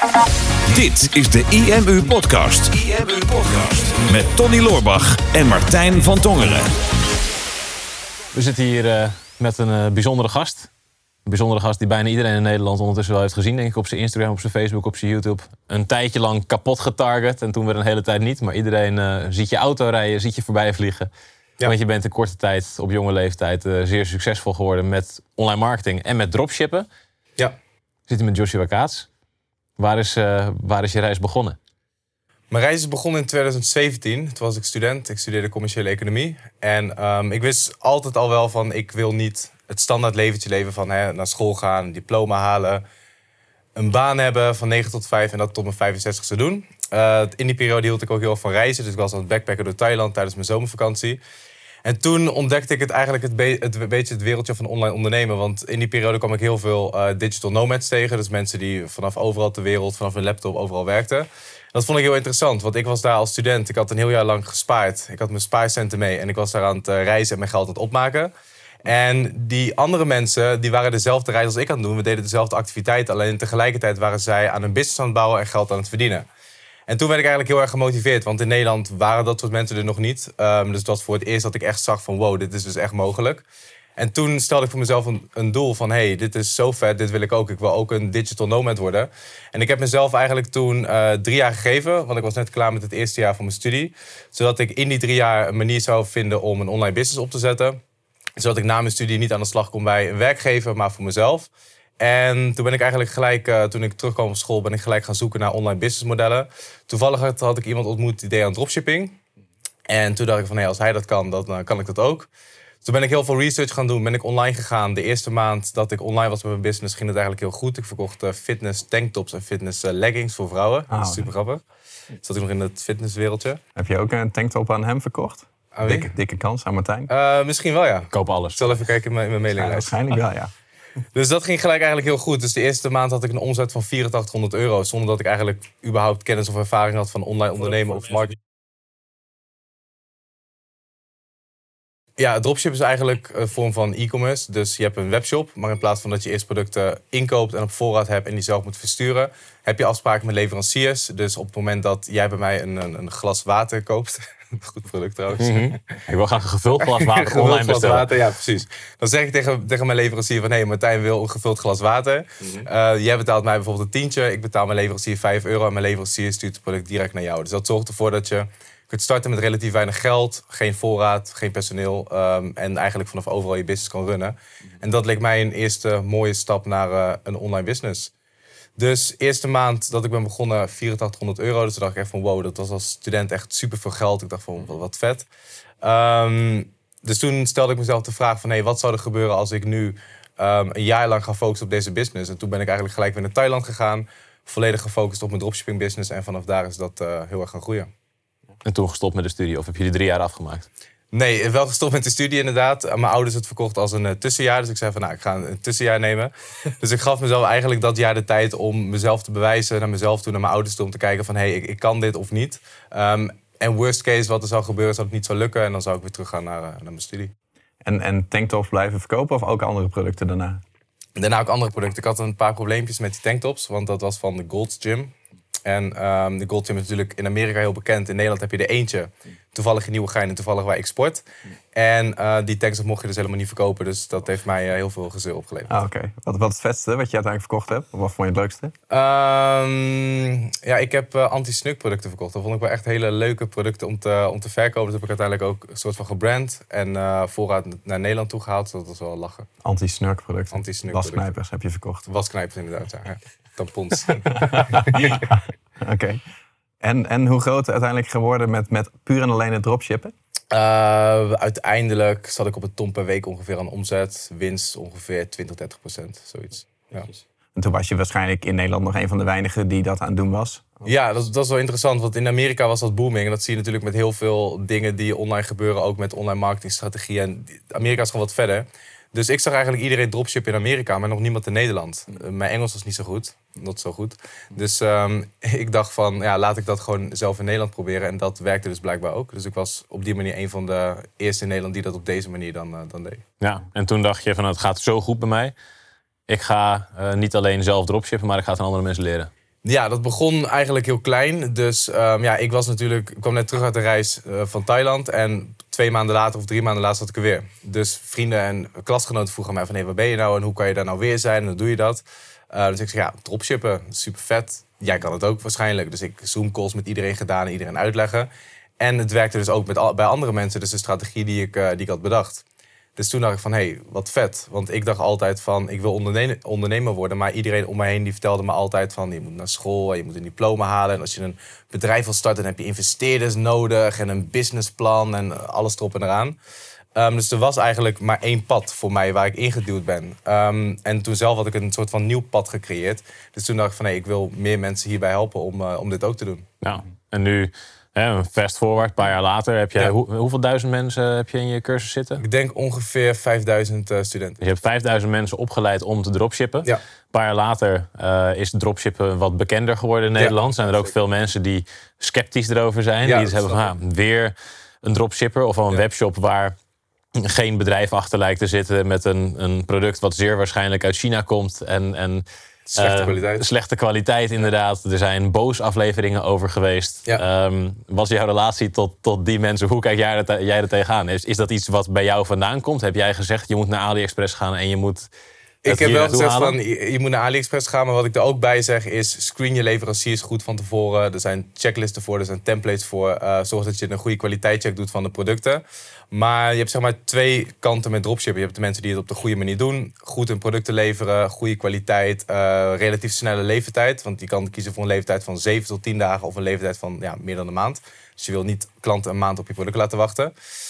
Dit is de IMU Podcast. IMU Podcast. Met Tony Loorbach en Martijn van Tongeren. We zitten hier met een bijzondere gast. Een bijzondere gast die bijna iedereen in Nederland ondertussen wel heeft gezien. Denk ik op zijn Instagram, op zijn Facebook, op zijn YouTube. Een tijdje lang kapot getarget. En toen weer een hele tijd niet. Maar iedereen ziet je auto rijden, ziet je voorbij vliegen. Ja. Want je bent in korte tijd, op jonge leeftijd, zeer succesvol geworden met online marketing en met dropshippen. Ja. We zitten met Joshua Kaats. Waar is je reis begonnen? Mijn reis is begonnen in 2017. Toen was ik student. Ik studeerde commerciële economie. En ik wist altijd al wel van, ik wil niet het standaard leventje leven van naar school gaan, een diploma halen, een baan hebben van 9 tot 5 en dat tot mijn 65ste doen. In die periode hield ik ook heel erg van reizen. Dus ik was aan het backpacken door Thailand tijdens mijn zomervakantie. En toen ontdekte ik het wereldje van online ondernemen. Want in die periode kwam ik heel veel digital nomads tegen. Dus mensen die vanaf overal ter wereld, vanaf hun laptop overal werkten. Dat vond ik heel interessant, want ik was daar als student. Ik had een heel jaar lang gespaard. Ik had mijn spaarcenten mee en ik was daar aan het reizen en mijn geld aan het opmaken. En die andere mensen, die waren dezelfde reis als ik aan het doen. We deden dezelfde activiteit, alleen tegelijkertijd waren zij aan een business aan het bouwen en geld aan het verdienen. En toen werd ik eigenlijk heel erg gemotiveerd, want in Nederland waren dat soort mensen er nog niet. Dus dat was voor het eerst dat ik echt zag van wow, dit is dus echt mogelijk. En toen stelde ik voor mezelf een doel van hey, dit is zo vet, dit wil ik ook. Ik wil ook een digital nomad worden. En ik heb mezelf eigenlijk toen 3 jaar gegeven, want ik was net klaar met het eerste jaar van mijn studie. Zodat ik in die 3 jaar een manier zou vinden om een online business op te zetten. Zodat ik na mijn studie niet aan de slag kon bij een werkgever, maar voor mezelf. En toen ben ik eigenlijk gelijk, toen ik terugkwam op school, ben ik gelijk gaan zoeken naar online businessmodellen. Toevallig had ik iemand ontmoet die deed aan dropshipping. En toen dacht ik van, als hij dat kan, dan kan ik dat ook. Toen ben ik heel veel research gaan doen, ben ik online gegaan. De eerste maand dat ik online was met mijn business ging het eigenlijk heel goed. Ik verkocht fitness tanktops en fitness leggings voor vrouwen. Dat is super grappig. Zat ik nog in het fitnesswereldje. Heb je ook een tanktop aan hem verkocht? Dikke kans aan Martijn. Misschien wel, ja. Koop alles. Ik zal even kijken in mijn mailinglijst. Waarschijnlijk wel, ja. Dus dat ging gelijk eigenlijk heel goed. Dus de eerste maand had ik een omzet van €8400. Zonder dat ik eigenlijk überhaupt kennis of ervaring had van online ondernemen of marketing. Ja, dropship is eigenlijk een vorm van e-commerce. Dus je hebt een webshop, maar in plaats van dat je eerst producten inkoopt en op voorraad hebt en die zelf moet versturen, heb je afspraken met leveranciers. Dus op het moment dat jij bij mij een glas water koopt, goed product trouwens. Mm-hmm. Ik wil graag een gevuld glas water online bestellen. Water, ja, precies. Dan zeg ik tegen mijn leverancier van, hey, Martijn wil een gevuld glas water. Mm-hmm. Jij betaalt mij bijvoorbeeld een tientje, ik betaal mijn leverancier €5 en mijn leverancier stuurt het product direct naar jou. Dus dat zorgt ervoor dat je kunt starten met relatief weinig geld, geen voorraad, geen personeel en eigenlijk vanaf overal je business kan runnen. Mm-hmm. En dat leek mij een eerste mooie stap naar een online business. Dus eerste maand dat ik ben begonnen, €8400. Dus toen dacht ik echt van wow, dat was als student echt super veel geld. Ik dacht van wat vet. Dus toen stelde ik mezelf de vraag van hey, wat zou er gebeuren als ik nu een jaar lang ga focussen op deze business. En toen ben ik eigenlijk gelijk weer naar Thailand gegaan. Volledig gefocust op mijn dropshipping business. En vanaf daar is dat heel erg gaan groeien. En toen gestopt met de studie of heb je die 3 jaar afgemaakt? Nee, wel gestopt met de studie inderdaad. Mijn ouders het verkocht als een tussenjaar. Dus ik zei van ik ga een tussenjaar nemen. Dus ik gaf mezelf eigenlijk dat jaar de tijd om mezelf te bewijzen. Naar mezelf toe, naar mijn ouders toe. Om te kijken van ik kan dit of niet. En worst case wat er zou gebeuren is dat het niet zou lukken. En dan zou ik weer terug gaan naar mijn studie. En tanktops blijven verkopen of ook andere producten daarna? Daarna ook andere producten. Ik had een paar probleempjes met die tanktops. Want dat was van de Gold's Gym. En de Gold's Gym is natuurlijk in Amerika heel bekend. In Nederland heb je er eentje. Toevallig in Nieuwegein en toevallig waar ik sport. En die tanktops mocht je dus helemaal niet verkopen. Dus dat heeft mij heel veel gezeur opgeleverd. Oké. Wat het vetste wat je uiteindelijk verkocht hebt? Of wat vond je het leukste? Ik heb anti-snuk producten verkocht. Dat vond ik wel echt hele leuke producten om te verkopen. Dus heb ik uiteindelijk ook een soort van gebrand. En voorraad naar Nederland toe gehaald. Dus dat was wel lachen. Anti-snurk producten. Anti-snuk wasknijpers heb je verkocht. Wasknijpers inderdaad, ja. Tampons. Oké. En hoe groot uiteindelijk geworden met puur en alleen het dropshippen? Uiteindelijk zat ik op een ton per week ongeveer aan omzet. Winst ongeveer 20-30%, zoiets. Ja. En toen was je waarschijnlijk in Nederland nog een van de weinigen die dat aan het doen was. Ja, dat is wel interessant, want in Amerika was dat booming. En dat zie je natuurlijk met heel veel dingen die online gebeuren, ook met online marketingstrategieën. En Amerika is gewoon wat verder. Dus ik zag eigenlijk iedereen dropshippen in Amerika, maar nog niemand in Nederland. Mijn Engels was niet zo goed, not zo goed. Dus ik dacht van, laat ik dat gewoon zelf in Nederland proberen. En dat werkte dus blijkbaar ook. Dus ik was op die manier een van de eerste in Nederland die dat op deze manier dan deed. Ja, en toen dacht je van, het gaat zo goed bij mij. Ik ga niet alleen zelf dropshippen, maar ik ga het aan andere mensen leren. Ja, dat begon eigenlijk heel klein. Dus ik kwam net terug uit de reis van Thailand. En 2 maanden later of 3 maanden later zat ik er weer. Dus vrienden en klasgenoten vroegen mij van... waar ben je nou en hoe kan je daar nou weer zijn en hoe doe je dat? Dus ik zei, dropshippen, super vet. Jij kan het ook waarschijnlijk. Dus ik Zoom calls met iedereen gedaan en iedereen uitleggen. En het werkte dus ook bij andere mensen. Dus de strategie die ik had bedacht. Dus toen dacht ik van, wat vet. Want ik dacht altijd van, ik wil ondernemer worden. Maar iedereen om me heen die vertelde me altijd van... je moet naar school en je moet een diploma halen. En als je een bedrijf wil starten, dan heb je investeerders nodig... en een businessplan en alles erop en eraan. Dus er was eigenlijk maar 1 pad voor mij waar ik ingeduwd ben. En toen zelf had ik een soort van nieuw pad gecreëerd. Dus toen dacht ik van, ik wil meer mensen hierbij helpen om dit ook te doen. Nou, en nu... fast forward, een paar jaar later, heb je hoeveel duizend mensen heb je in je cursus zitten? Ik denk ongeveer 5000 studenten. Dus je hebt 5000 mensen opgeleid om te dropshippen. Ja. Een paar jaar later is dropshippen wat bekender geworden in Nederland. Zijn er ook veel mensen die sceptisch erover zijn. Ja, die hebben van, weer een dropshipper of al een webshop waar geen bedrijf achter lijkt te zitten met een product wat zeer waarschijnlijk uit China komt en slechte kwaliteit, inderdaad. Er zijn boos afleveringen over geweest. Ja. Wat is jouw relatie tot die mensen? Hoe kijk jij er tegenaan? Is dat iets wat bij jou vandaan komt? Heb jij gezegd, je moet naar AliExpress gaan en je moet... Ik heb wel gezegd van, je moet naar AliExpress gaan. Maar wat ik er ook bij zeg is, screen je leveranciers goed van tevoren. Er zijn checklisten voor, er zijn templates voor. Zorg dat je een goede kwaliteitscheck doet van de producten. Maar je hebt zeg maar 2 kanten met dropshippen. Je hebt de mensen die het op de goede manier doen. Goed hun producten leveren, goede kwaliteit, relatief snelle levertijd. Want je kan kiezen voor een levertijd van 7 tot 10 dagen... of een levertijd van meer dan een maand. Dus je wil niet klanten een maand op je product laten wachten.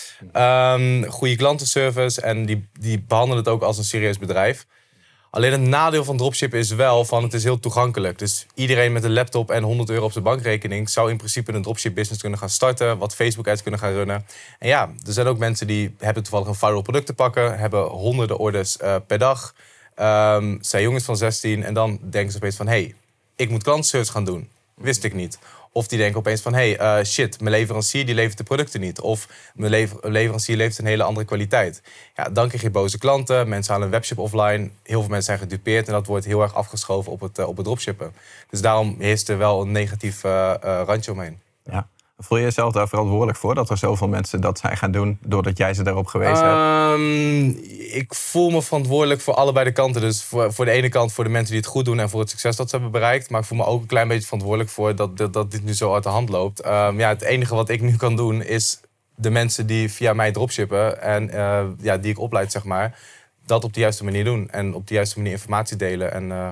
Goede klantenservice en die behandelen het ook als een serieus bedrijf. Alleen het nadeel van dropshippen is wel van het is heel toegankelijk. Dus iedereen met een laptop en €100 op zijn bankrekening zou in principe een dropship business kunnen gaan starten. Wat Facebook ads kunnen gaan runnen. En ja, er zijn ook mensen die hebben toevallig een viral product te pakken. Hebben honderden orders per dag. Zijn jongens van 16 en dan denken ze opeens van... ik moet klantenservice gaan doen. Wist ik niet. Of die denken opeens van, shit, mijn leverancier die levert de producten niet. Of mijn leverancier levert een hele andere kwaliteit. Ja, dan krijg je boze klanten, mensen halen een webshop offline. Heel veel mensen zijn gedupeerd en dat wordt heel erg afgeschoven op het dropshippen. Dus daarom heerst er wel een negatief randje omheen. Ja. Voel je jezelf daar verantwoordelijk voor dat er zoveel mensen dat zijn gaan doen doordat jij ze daarop gewezen hebt? Ik voel me verantwoordelijk voor allebei de kanten. Dus voor de ene kant voor de mensen die het goed doen en voor het succes dat ze hebben bereikt. Maar ik voel me ook een klein beetje verantwoordelijk voor dat dit nu zo uit de hand loopt. Het enige wat ik nu kan doen is de mensen die via mij dropshippen en die ik opleid, zeg maar, dat op de juiste manier doen. En op de juiste manier informatie delen.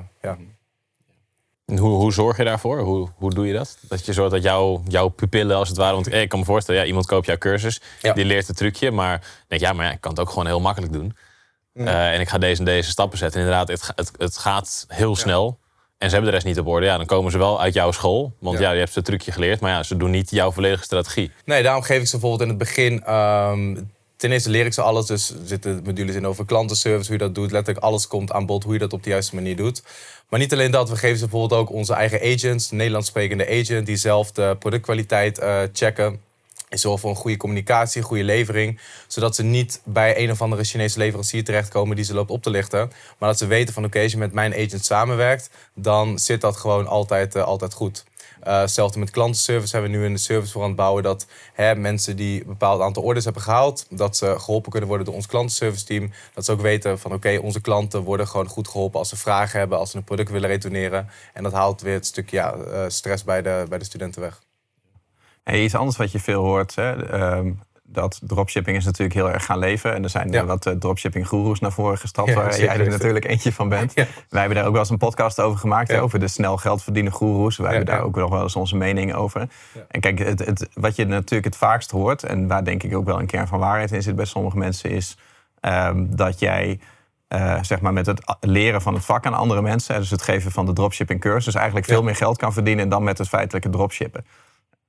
En hoe zorg je daarvoor? Hoe doe je dat? Dat je zorgt dat jouw pupillen als het ware... Want ik kan me voorstellen, iemand koopt jouw cursus. Ja. Die leert het trucje. Maar denk ik kan het ook gewoon heel makkelijk doen. En ik ga deze en deze stappen zetten. En inderdaad, het gaat heel snel. En ze hebben de rest niet op orde. Ja, dan komen ze wel uit jouw school. Want je hebt het trucje geleerd. Maar ze doen niet jouw volledige strategie. Nee, daarom geef ik ze bijvoorbeeld in het begin... Ten eerste leer ik ze alles, dus er zitten modules in over klantenservice, hoe je dat doet. Letterlijk alles komt aan bod, hoe je dat op de juiste manier doet. Maar niet alleen dat, we geven ze bijvoorbeeld ook onze eigen agents, een Nederlands sprekende agent, die zelf de productkwaliteit checken. En zorgen voor een goede communicatie, een goede levering. Zodat ze niet bij een of andere Chinese leverancier terechtkomen die ze loopt op te lichten. Maar dat ze weten van als je met mijn agent samenwerkt, dan zit dat gewoon altijd goed. Hetzelfde met klantenservice hebben we nu een service voor aan het bouwen dat mensen die een bepaald aantal orders hebben gehaald, dat ze geholpen kunnen worden door ons klantenservice team. Dat ze ook weten van onze klanten worden gewoon goed geholpen als ze vragen hebben, als ze een product willen retourneren. En dat haalt weer het stukje stress bij de studenten weg. Hey, iets anders wat je veel hoort, dat dropshipping is natuurlijk heel erg gaan leven. En er zijn wat dropshipping goeroes naar voren gestapt, waar jij er natuurlijk eentje van bent. Ja. Wij hebben daar ook wel eens een podcast over gemaakt, over de snel geld verdienen goeroes. Wij hebben daar ook nog wel eens onze mening over. Ja. En kijk, wat je natuurlijk het vaakst hoort, en waar denk ik ook wel een kern van waarheid in zit bij sommige mensen, is dat jij zeg maar met het leren van het vak aan andere mensen, dus het geven van de dropshipping cursus, eigenlijk veel meer geld kan verdienen dan met het feitelijke dropshippen.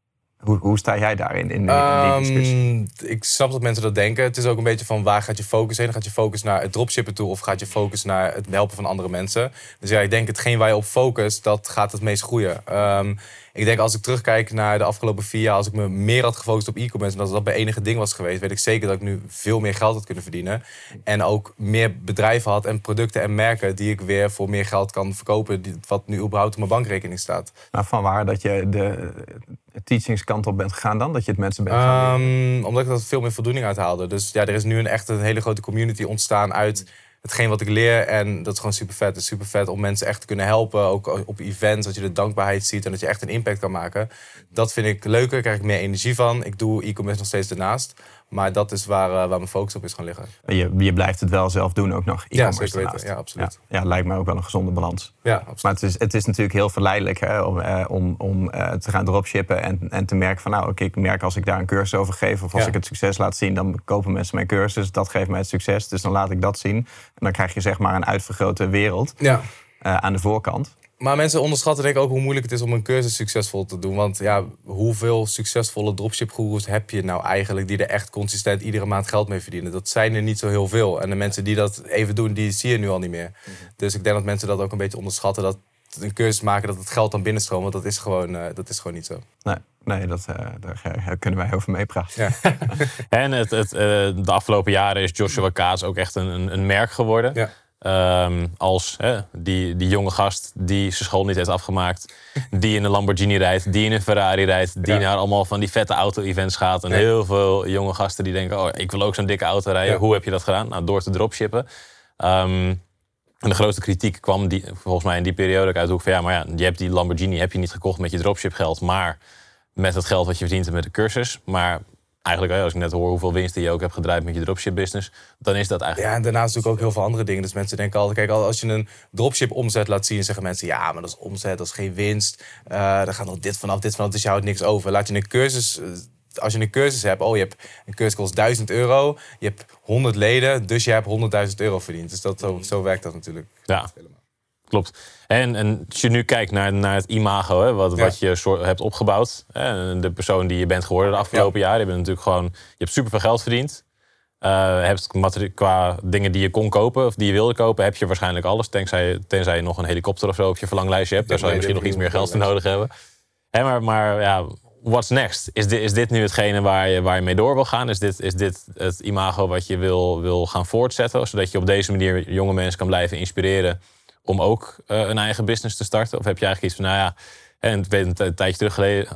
Hoe sta jij daarin in die discussie? Ik snap dat mensen dat denken. Het is ook een beetje van waar gaat je focus heen? Gaat je focus naar het dropshippen toe of gaat je focus naar het helpen van andere mensen? Dus ja, ik denk hetgeen waar je op focust, dat gaat het meest groeien. Ik denk als ik terugkijk naar de afgelopen 4 jaar, als ik me meer had gefocust op e-commerce en als dat bij enige ding was geweest, weet ik zeker dat ik nu veel meer geld had kunnen verdienen. En ook meer bedrijven had en producten en merken die ik weer voor meer geld kan verkopen, wat nu überhaupt op mijn bankrekening staat. Nou, vanwaar dat je de teachingskant op bent gegaan dan? Dat je het mensen bent gaan leren? Omdat ik er veel meer voldoening uit haalde. Dus ja, er is nu echt een hele grote community ontstaan uit hetgeen wat ik leer. En dat is gewoon super vet. Het is super vet om mensen echt te kunnen helpen. Ook op events, dat je de dankbaarheid ziet en dat je echt een impact kan maken. Dat vind ik leuker, daar krijg ik meer energie van. Ik doe e-commerce nog steeds ernaast. Maar dat is waar mijn focus op is gaan liggen. Je blijft het wel zelf doen ook nog, e-commerce ja, zeker daarnaast. weten. Ja, absoluut. Ja, lijkt mij ook wel een gezonde balans. Ja, absoluut. Maar het is natuurlijk heel verleidelijk om te gaan dropshippen en te merken van nou, ik merk als ik daar een cursus over geef of als ik het succes laat zien, dan kopen mensen mijn cursus. Dat geeft mij het succes, dus dan laat ik dat zien. En dan krijg je zeg maar een uitvergrote wereld aan de voorkant. Maar mensen onderschatten denk ik ook hoe moeilijk het is om een cursus succesvol te doen. Want ja, hoeveel succesvolle dropship-goeroes heb je nou eigenlijk die er echt consistent iedere maand geld mee verdienen? Dat zijn er niet zo heel veel. En de mensen die dat even doen, die zie je nu al niet meer. Dus ik denk dat mensen dat ook een beetje onderschatten. Dat een cursus maken, dat het geld dan binnenstroomt. Want dat is gewoon niet zo. Nee, daar kunnen wij over meepraten. Ja. En de afgelopen jaren is Joshua Kaats ook echt een merk geworden. Ja. Als die jonge gast die zijn school niet heeft afgemaakt, die in een Lamborghini rijdt, die in een Ferrari rijdt, die naar allemaal van die vette auto-events gaat. En heel veel jonge gasten die denken, ik wil ook zo'n dikke auto rijden. Ja. Hoe heb je dat gedaan? Nou, door te dropshippen. En de grootste kritiek kwam volgens mij in die periode uit de hoek van je hebt die Lamborghini heb je niet gekocht met je dropship-geld, maar met het geld wat je verdient met de cursus. Maar eigenlijk, als ik net hoor hoeveel winsten je ook hebt gedraaid met je dropship-business, dan is dat eigenlijk... Ja, en daarnaast natuurlijk ook heel veel andere dingen. Dus mensen denken altijd, kijk, als je een dropship-omzet laat zien, zeggen mensen, ja, maar dat is omzet, dat is geen winst. Daar gaat nog dit vanaf, dus je houdt niks over. Laat je een cursus... Als je een cursus hebt, je hebt een cursus kost €1000, je hebt 100 leden, dus je hebt €100.000 verdiend. Dus zo werkt dat natuurlijk. Ja, klopt. En als je nu kijkt naar het imago, wat je hebt opgebouwd, de persoon die je bent geworden de afgelopen jaren, je bent natuurlijk gewoon, je hebt superveel geld verdiend. Hebt qua dingen die je kon kopen of die je wilde kopen, heb je waarschijnlijk alles. Tenzij je nog een helikopter of zo op je verlanglijstje hebt. Daar zou je misschien nog iets meer geld voor nodig hebben. Maar what's next? Is dit nu hetgene waar je mee door wil gaan? Is dit het imago wat je wil gaan voortzetten? Zodat je op deze manier jonge mensen kan blijven inspireren om ook een eigen business te starten? Of heb je eigenlijk iets van, en een tijdje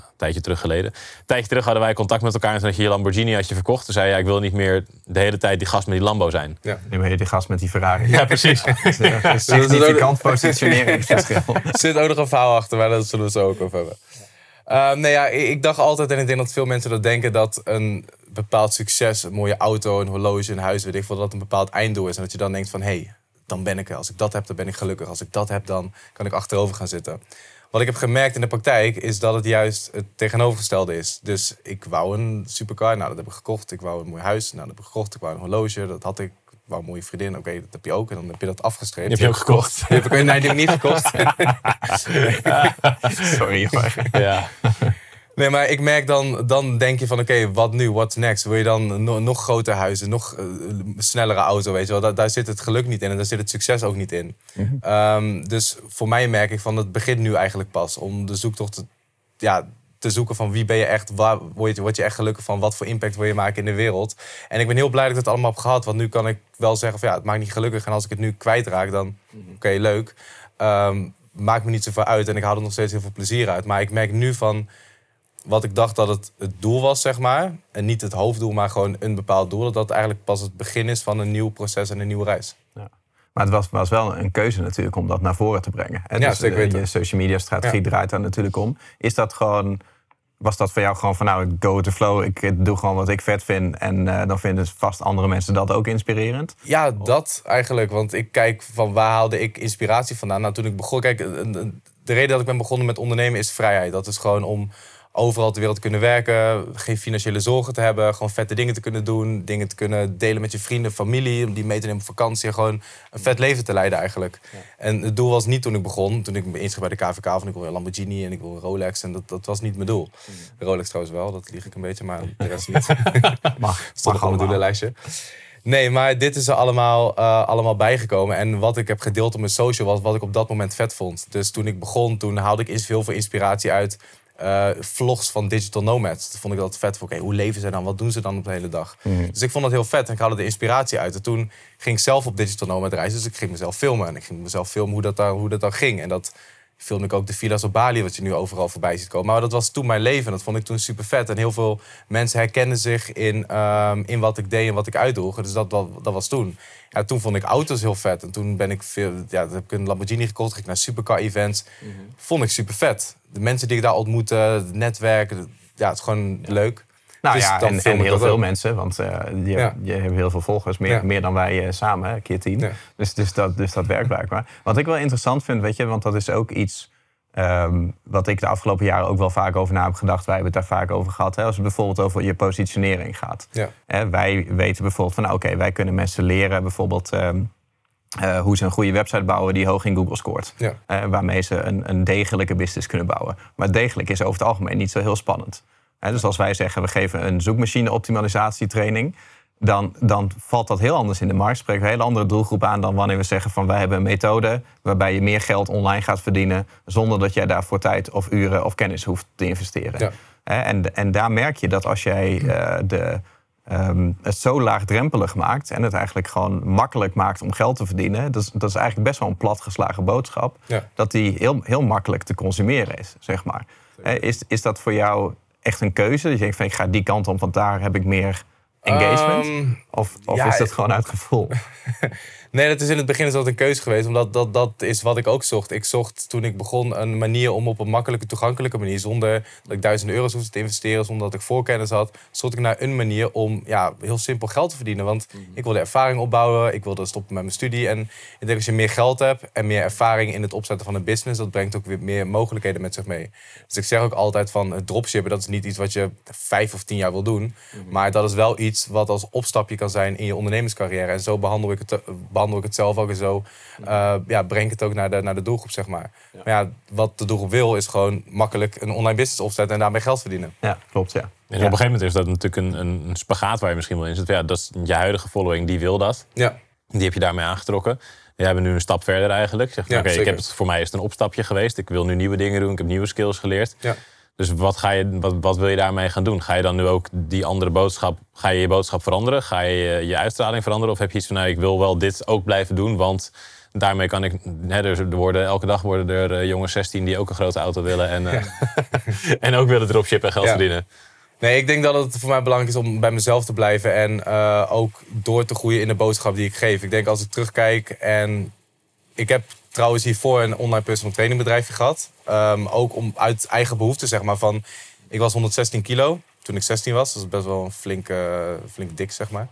terug hadden wij contact met elkaar en toen had je je Lamborghini had je verkocht. Toen zei je, ik wil niet meer de hele tijd die gast met die Lambo zijn. Ja. Nu ben je die gast met die Ferrari. Ja, precies. Een significant positioneringsverschil. Er zit ook nog een verhaal achter, maar dat zullen we zo ook over hebben. Ik dacht altijd, en ik denk dat veel mensen dat denken, dat een bepaald succes, een mooie auto, een horloge, een huis, weet ik veel, dat een bepaald einddoel is. En dat je dan denkt van, dan ben ik er. Als ik dat heb, dan ben ik gelukkig. Als ik dat heb, dan kan ik achterover gaan zitten. Wat ik heb gemerkt in de praktijk, is dat het juist het tegenovergestelde is. Dus ik wou een supercar, dat heb ik gekocht. Ik wou een mooi huis, dat heb ik gekocht. Ik wou een horloge, dat had ik. Ik wou een mooie vriendin, oké, dat heb je ook. En dan heb je dat afgestreept. Die heb je ook gekocht. Nee, die heb ik niet gekocht. Sorry hoor. Ja. Nee, maar ik merk dan denk je van oké, wat nu? What's next? Wil je dan nog groter huizen, nog snellere auto, weet je wel? Daar zit het geluk niet in en daar zit het succes ook niet in. Mm-hmm. Dus voor mij merk ik van het begint nu eigenlijk pas om de zoektocht te zoeken van wie ben je echt, waar word je echt gelukkig van, wat voor impact wil je maken in de wereld. En ik ben heel blij dat ik het allemaal heb gehad, want nu kan ik wel zeggen van het maakt niet gelukkig en als ik het nu kwijtraak dan oké, leuk. Maakt me niet zoveel uit en ik haal er nog steeds heel veel plezier uit. Maar ik merk nu van wat ik dacht dat het doel was, zeg maar. En niet het hoofddoel, maar gewoon een bepaald doel. Dat eigenlijk pas het begin is van een nieuw proces en een nieuwe reis. Ja. Maar het was wel een keuze natuurlijk om dat naar voren te brengen. En ja, dus, zeker weten. Je social media strategie draait daar natuurlijk om. Was dat voor jou gewoon van go with the flow, ik doe gewoon wat ik vet vind en dan vinden vast andere mensen dat ook inspirerend? Ja, dat eigenlijk. Want ik kijk van waar haalde ik inspiratie vandaan. Nou, toen ik begon, kijk, de reden dat ik ben begonnen met ondernemen is vrijheid. Dat is gewoon om overal ter wereld te kunnen werken, geen financiële zorgen te hebben, gewoon vette dingen te kunnen doen, dingen te kunnen delen met je vrienden, familie, om die mee te nemen op vakantie en gewoon een vet leven te leiden eigenlijk. Ja. En het doel was niet toen ik begon, toen ik me inschreef bij de KVK, van ik wil een Lamborghini en ik wil een Rolex en dat was niet mijn doel. Rolex trouwens wel, dat lieg ik een beetje, maar de rest niet. Stond op mijn doelenlijstje. Nee, maar dit is er allemaal bijgekomen. En wat ik heb gedeeld op mijn social was wat ik op dat moment vet vond. Dus toen ik begon, toen haalde ik heel veel inspiratie uit vlogs van digital nomads. Toen vond ik dat vet. Oké, hoe leven ze dan? Wat doen ze dan op de hele dag? Dus ik vond dat heel vet en ik haalde de inspiratie uit. En toen ging ik zelf op digital nomad reizen. Dus ik ging mezelf filmen. En ik ging mezelf filmen hoe dat dan ging. En dat filmde ik ook de villa's op Bali, wat je nu overal voorbij ziet komen. Maar dat was toen mijn leven en dat vond ik toen super vet. En heel veel mensen herkenden zich in wat ik deed en wat ik uitdroeg. Dus dat was toen. Ja, toen vond ik auto's heel vet. En toen ben ik heb ik een Lamborghini gekocht, ging naar supercar-events. Vond ik super vet. De mensen die ik daar ontmoette, het netwerk, het is gewoon leuk. Nou dus ja, en heel veel mensen, want je hebt heel veel volgers, meer dan wij samen, keer 10. Ja. Dus dat werkt blijkbaar. Wat ik wel interessant vind, weet je, want dat is ook iets wat ik de afgelopen jaren ook wel vaak over na heb gedacht. Wij hebben het daar vaak over gehad. Hè, als het bijvoorbeeld over je positionering gaat. Ja. Wij weten bijvoorbeeld van, wij kunnen mensen leren bijvoorbeeld hoe ze een goede website bouwen die hoog in Google scoort. Ja. Waarmee ze een degelijke business kunnen bouwen. Maar degelijk is over het algemeen niet zo heel spannend. Dus als wij zeggen, we geven een zoekmachine-optimalisatietraining, dan valt dat heel anders in de markt. Spreken we een hele andere doelgroep aan dan wanneer we zeggen van wij hebben een methode waarbij je meer geld online gaat verdienen zonder dat jij daarvoor tijd of uren of kennis hoeft te investeren. Ja. En daar merk je dat als jij het zo laagdrempelig maakt en het eigenlijk gewoon makkelijk maakt om geld te verdienen, dat is eigenlijk best wel een platgeslagen boodschap, dat die heel, heel makkelijk te consumeren is, zeg maar. Is dat voor jou echt een keuze? Dus je denkt van ik ga die kant op, want daar heb ik meer engagement? Of is dat gewoon uit gevoel? Nee, dat is in het begin een keuze geweest. Omdat dat is wat ik ook zocht. Ik zocht toen ik begon een manier om op een makkelijke, toegankelijke manier, zonder dat ik €1000 hoefde te investeren, zonder dat ik voorkennis had, zocht ik naar een manier om heel simpel geld te verdienen. Want ik wilde ervaring opbouwen, ik wilde stoppen met mijn studie. En ik denk als je meer geld hebt en meer ervaring in het opzetten van een business, dat brengt ook weer meer mogelijkheden met zich mee. Dus ik zeg ook altijd van het dropshippen, dat is niet iets wat je 5 of 10 jaar wil doen. Maar dat is wel iets wat als opstapje kan zijn in je ondernemerscarrière. En zo behandel ik het zelf ook en zo breng ik het ook naar de doelgroep, zeg maar. Ja. Maar wat de doelgroep wil, is gewoon makkelijk een online business opzetten en daarmee geld verdienen. Ja, klopt, ja. En op een gegeven moment is dat natuurlijk een spagaat waar je misschien wel in zit. Ja, dat is je huidige following, die wil dat. Ja. Die heb je daarmee aangetrokken. Jij bent nu een stap verder eigenlijk. Zeg van, voor mij is het een opstapje geweest. Ik wil nu nieuwe dingen doen, ik heb nieuwe skills geleerd. Ja. Dus wat wil je daarmee gaan doen? Ga je dan nu ook die andere boodschap, ga je boodschap veranderen? Ga je je uitstraling veranderen? Of heb je iets van, ik wil wel dit ook blijven doen, want daarmee kan ik, elke dag worden er jongens 16 die ook een grote auto willen en ook willen dropshippen en geld verdienen. Nee, ik denk dat het voor mij belangrijk is om bij mezelf te blijven en ook door te groeien in de boodschap die ik geef. Ik denk als ik terugkijk en ik heb trouwens hiervoor een online personal training bedrijfje gehad. Ook uit eigen behoefte, zeg maar. Ik was 116 kilo toen ik 16 was. Dat is best wel een flink dik, zeg maar.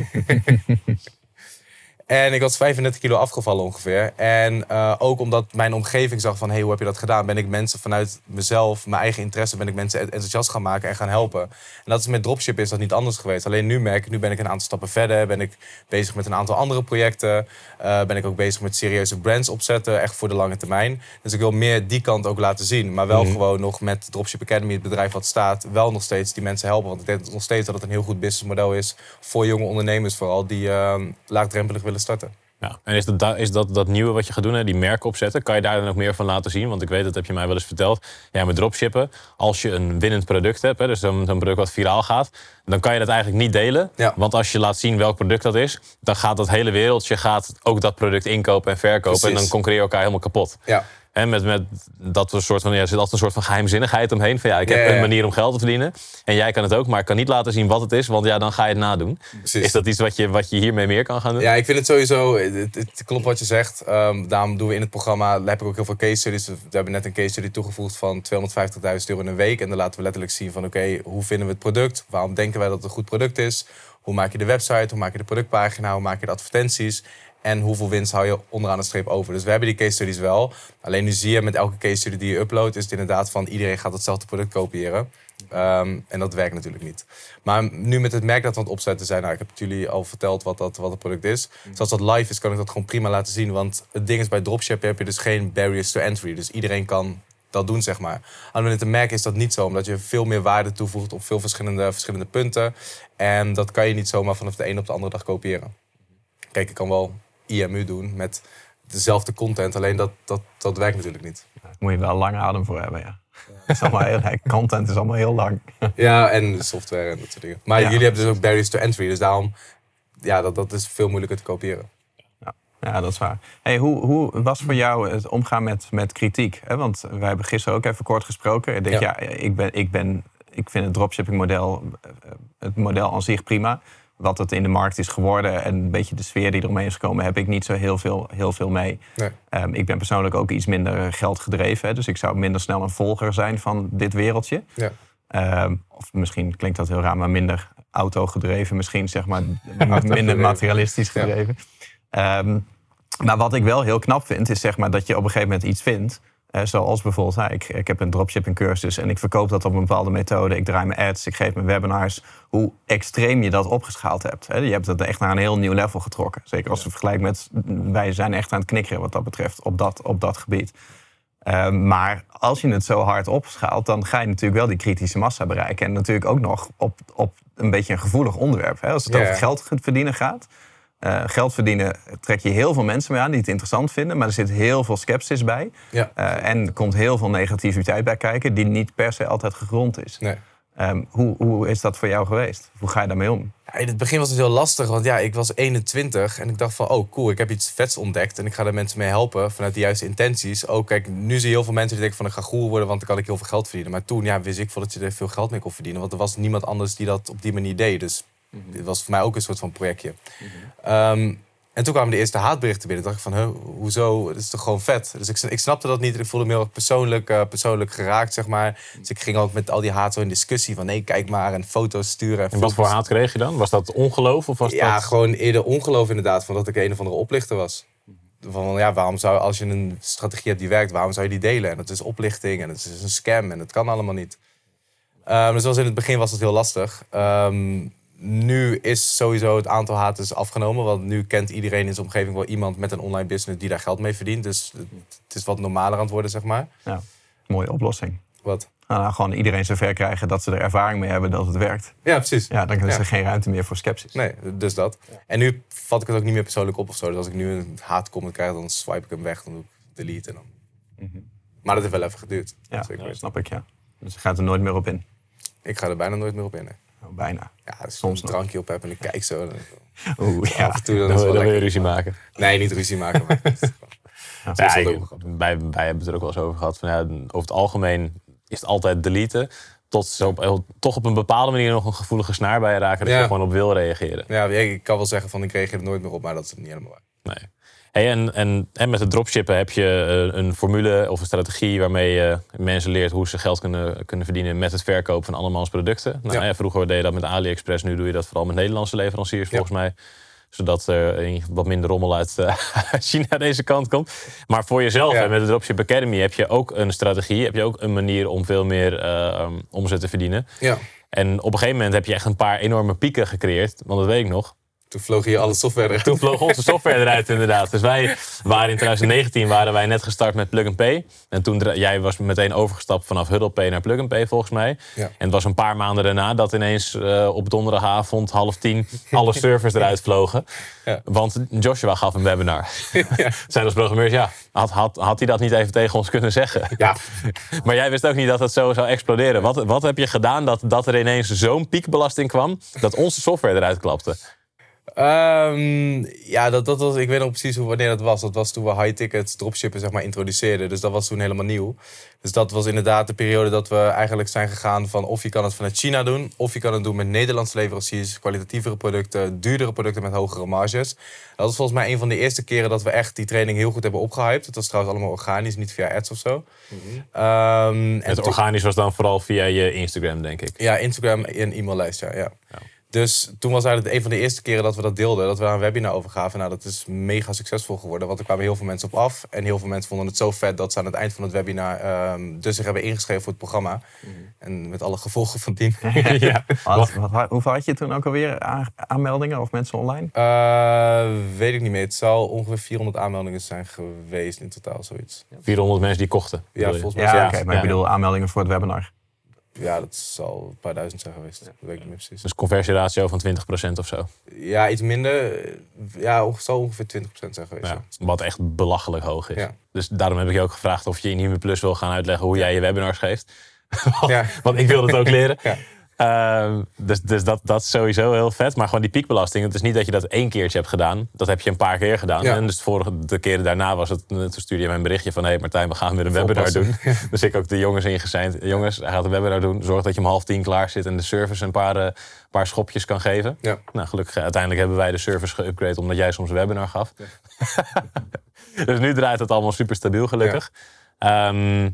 En ik was 35 kilo afgevallen ongeveer. En ook omdat mijn omgeving zag van, hoe heb je dat gedaan? Ben ik mensen vanuit mezelf, mijn eigen interesse, ben ik mensen enthousiast gaan maken en gaan helpen. En dat is met dropshippen is dat niet anders geweest. Alleen nu ben ik een aantal stappen verder. Ben ik bezig met een aantal andere projecten. Ben ik ook bezig met serieuze brands opzetten, echt voor de lange termijn. Dus ik wil meer die kant ook laten zien. Maar wel gewoon nog met Dropship Academy, het bedrijf wat staat, wel nog steeds die mensen helpen. Want ik denk nog steeds dat het een heel goed businessmodel is voor jonge ondernemers vooral, die laagdrempelig willen starten. Ja. En is dat nieuwe wat je gaat doen, hè, die merken opzetten, kan je daar dan ook meer van laten zien? Want ik weet, dat heb je mij wel eens verteld. Ja, met dropshippen, als je een winnend product hebt, hè, dus zo'n product wat viraal gaat, dan kan je dat eigenlijk niet delen. Ja. Want als je laat zien welk product dat is, dan gaat dat hele wereldje ook dat product inkopen en verkopen. Precies. En dan concurreer je elkaar helemaal kapot. Ja. En met dat soort van, er zit altijd een soort van geheimzinnigheid omheen. Van ik heb een manier om geld te verdienen. En jij kan het ook, maar ik kan niet laten zien wat het is. Want dan ga je het nadoen. Precies. Is dat iets wat je hiermee meer kan gaan doen? Ja, ik vind het sowieso, het klopt wat je zegt. Daarom doen we in het programma, heb ik ook heel veel case studies. We hebben net een case study toegevoegd van €250.000 in een week. En dan laten we letterlijk zien van hoe vinden we het product? Waarom denken wij dat het een goed product is? Hoe maak je de website? Hoe maak je de productpagina? Hoe maak je de advertenties? en hoeveel winst hou je onderaan de streep over. Dus we hebben die case studies wel. Alleen nu zie je met elke case studie die je uploadt, is het inderdaad van iedereen gaat hetzelfde product kopiëren. En dat werkt natuurlijk niet. Maar nu met het merk dat we aan het opzetten zijn, ik heb het jullie al verteld wat het product is. Dus als dat live is, kan ik dat gewoon prima laten zien. Want het ding is, bij dropshipping heb je dus geen barriers to entry. Dus iedereen kan dat doen, zeg maar. Alleen met een merk is dat niet zo, omdat je veel meer waarde toevoegt op veel verschillende punten. En dat kan je niet zomaar vanaf de een op de andere dag kopiëren. Kijk, ik kan wel IMU doen met dezelfde content, alleen dat werkt natuurlijk niet. Daar moet je wel lange adem voor hebben, ja. Content is allemaal heel lang. Ja, en de software en dat soort dingen. Maar jullie hebben dus ook barriers to entry, dus daarom, dat is veel moeilijker te kopiëren. Ja, dat is waar. Hey, hoe was voor jou het omgaan met kritiek? Want wij hebben gisteren ook even kort gesproken. Ik denk, ik vind het dropshipping model, het model aan zich prima. Wat het in de markt is geworden en een beetje de sfeer die eromheen is gekomen, heb ik niet zo heel veel mee. Nee. Ik ben persoonlijk ook iets minder geld gedreven. Dus ik zou minder snel een volger zijn van dit wereldje. Ja. Of misschien klinkt dat heel raar, maar minder auto gedreven. Misschien zeg maar minder materialistisch gedreven. Maar wat ik wel heel knap vind, is zeg maar dat je op een gegeven moment iets vindt. Zoals bijvoorbeeld, ik heb een dropshipping cursus en ik verkoop dat op een bepaalde methode. Ik draai mijn ads, ik geef mijn webinars. Hoe extreem je dat opgeschaald hebt. Je hebt het echt naar een heel nieuw level getrokken. Zeker als je vergelijkt met, wij zijn echt aan het knikkeren wat dat betreft op dat gebied. Maar als je het zo hard opschaalt, dan ga je natuurlijk wel die kritische massa bereiken. En natuurlijk ook nog op een beetje een gevoelig onderwerp. Als het over geld verdienen gaat. Geld verdienen trek je heel veel mensen mee aan die het interessant vinden. Maar er zit heel veel sceptisch bij. Ja. En er komt heel veel negativiteit bij kijken die niet per se altijd gegrond is. Nee. Hoe is dat voor jou geweest? Hoe ga je daarmee om? Ja, in het begin was het heel lastig, want ik was 21 en ik dacht van, oh cool, ik heb iets vets ontdekt en ik ga er mensen mee helpen vanuit de juiste intenties. Kijk, nu zie je heel veel mensen die denken van, ik ga goeroe worden, want dan kan ik heel veel geld verdienen. Maar toen wist ik dat je er veel geld mee kon verdienen, want er was niemand anders die dat op die manier deed. Dus dit was voor mij ook een soort van projectje. En toen kwamen de eerste haatberichten binnen. Toen dacht ik van, hoezo? Het is toch gewoon vet? Dus ik snapte dat niet. Ik voelde me heel erg persoonlijk geraakt, zeg maar. Dus ik ging ook met al die haat zo in discussie van, nee, kijk maar, en foto's sturen. En wat voor haat kreeg je dan? Was dat ongeloof? Of was dat... gewoon eerder ongeloof inderdaad, van dat ik een of andere oplichter was. Van, waarom zou, als je een strategie hebt die werkt, waarom zou je die delen? En het is oplichting en het is een scam en het kan allemaal niet. Dus in het begin was het heel lastig. Nu is sowieso het aantal haters afgenomen. Want nu kent iedereen in zijn omgeving wel iemand met een online business die daar geld mee verdient. Dus het is wat normaler aan het worden, zeg maar. Ja, mooie oplossing. Wat? Nou, gewoon iedereen zover krijgen dat ze er ervaring mee hebben dat het werkt. Ja, precies. Ja, dan is er geen ruimte meer voor sceptisch. Nee, dus dat. Ja. En nu vat ik het ook niet meer persoonlijk op of zo. Dus als ik nu een haatcomment krijg, dan swipe ik hem weg. Dan doe ik delete en dan. Maar dat heeft wel even geduurd. Ja, dat snap ik, ja. Dus je gaat er nooit meer op in? Ik ga er bijna nooit meer op in, hè. Bijna. Ja, als ik soms een drankje op heb en ik kijk zo. Af en toe dan wil je ruzie maken. Nee, niet ruzie maken. Maar wij hebben het er ook wel eens over gehad. Van, over het algemeen is het altijd deleten. Tot zo toch op een bepaalde manier nog een gevoelige snaar bij je raken. Dat je gewoon op wil reageren. Ja, ik kan wel zeggen van ik reageer er nooit meer op. Maar dat is niet helemaal waar. Nee. Hey, en met het dropshippen heb je een formule of een strategie waarmee je mensen leert hoe ze geld kunnen verdienen met het verkopen van andermans producten. Vroeger deed je dat met AliExpress, nu doe je dat vooral met Nederlandse leveranciers volgens mij. Zodat er wat minder rommel uit China deze kant komt. Maar voor jezelf en met de Dropship Academy heb je ook een strategie, heb je ook een manier om veel meer omzet te verdienen. Ja. En op een gegeven moment heb je echt een paar enorme pieken gecreëerd, want dat weet ik nog. Toen vloog hier alle software eruit. Toen vloog onze software eruit, inderdaad. Dus wij waren in 2019 net gestart met Plug and Pay. En toen jij was meteen overgestapt vanaf HuddlePay naar Plug and Pay, volgens mij. Ja. En het was een paar maanden daarna dat ineens op donderdagavond 9:30 alle servers eruit vlogen. Ja. Want Joshua gaf een webinar. Ja. Zijn als programmeurs, had hij dat niet even tegen ons kunnen zeggen? Ja. Maar jij wist ook niet dat het zo zou exploderen. Wat heb je gedaan dat er ineens zo'n piekbelasting kwam dat onze software eruit klapte? Dat was, ik weet nog precies wanneer dat was. Dat was toen we high-ticket dropshippen zeg maar introduceerden. Dus dat was toen helemaal nieuw. Dus dat was inderdaad de periode dat we eigenlijk zijn gegaan van of je kan het vanuit China doen, of je kan het doen met Nederlandse leveranciers, kwalitatievere producten, duurdere producten met hogere marges. Dat was volgens mij een van de eerste keren dat we echt die training heel goed hebben opgehyped. Het was trouwens allemaal organisch, niet via ads of zo. Het organisch was dan vooral via je Instagram, denk ik. Ja, Instagram en e-maillijst, ja. Dus toen was eigenlijk een van de eerste keren dat we dat deelden, dat we daar een webinar over gaven. Nou, dat is mega succesvol geworden, want er kwamen heel veel mensen op af. En heel veel mensen vonden het zo vet dat ze aan het eind van het webinar dus zich hebben ingeschreven voor het programma. En met alle gevolgen van dien. Ja. Hoeveel had je toen ook alweer aanmeldingen of mensen online? Weet ik niet meer. Het zou ongeveer 400 aanmeldingen zijn geweest in totaal, zoiets. 400 mensen die kochten? Ja, volgens mij. Ja, oké, maar ik bedoel aanmeldingen voor het webinar. Ja, dat zal een paar duizend zijn geweest. Dat weet ik niet meer precies. Dus conversieratio van 20% of zo? Ja, iets minder. Ja, het zal ongeveer 20% zijn geweest. Ja, wat echt belachelijk hoog is. Ja. Dus daarom heb ik je ook gevraagd of je in Human Plus wil gaan uitleggen hoe jij je webinars geeft. Ja. Want ik wilde het ook leren. Ja. Dus dat is sowieso heel vet. Maar gewoon die piekbelasting, het is niet dat je dat 1 keertje hebt gedaan. Dat heb je een paar keer gedaan. Ja. En dus de keren daarna was het, toen stuurde je mij een berichtje van... Hé Martijn, we gaan weer een webinar doen. Ja. Dus ik ook de jongens ingeseind. Jongens, hij gaat een webinar doen. Zorg dat je om 9:30 klaar zit en de service een paar schopjes kan geven. Ja. Nou, gelukkig, uiteindelijk hebben wij de service geüpgrade omdat jij soms een webinar gaf. Ja. Dus nu draait het allemaal super stabiel, gelukkig. Ja.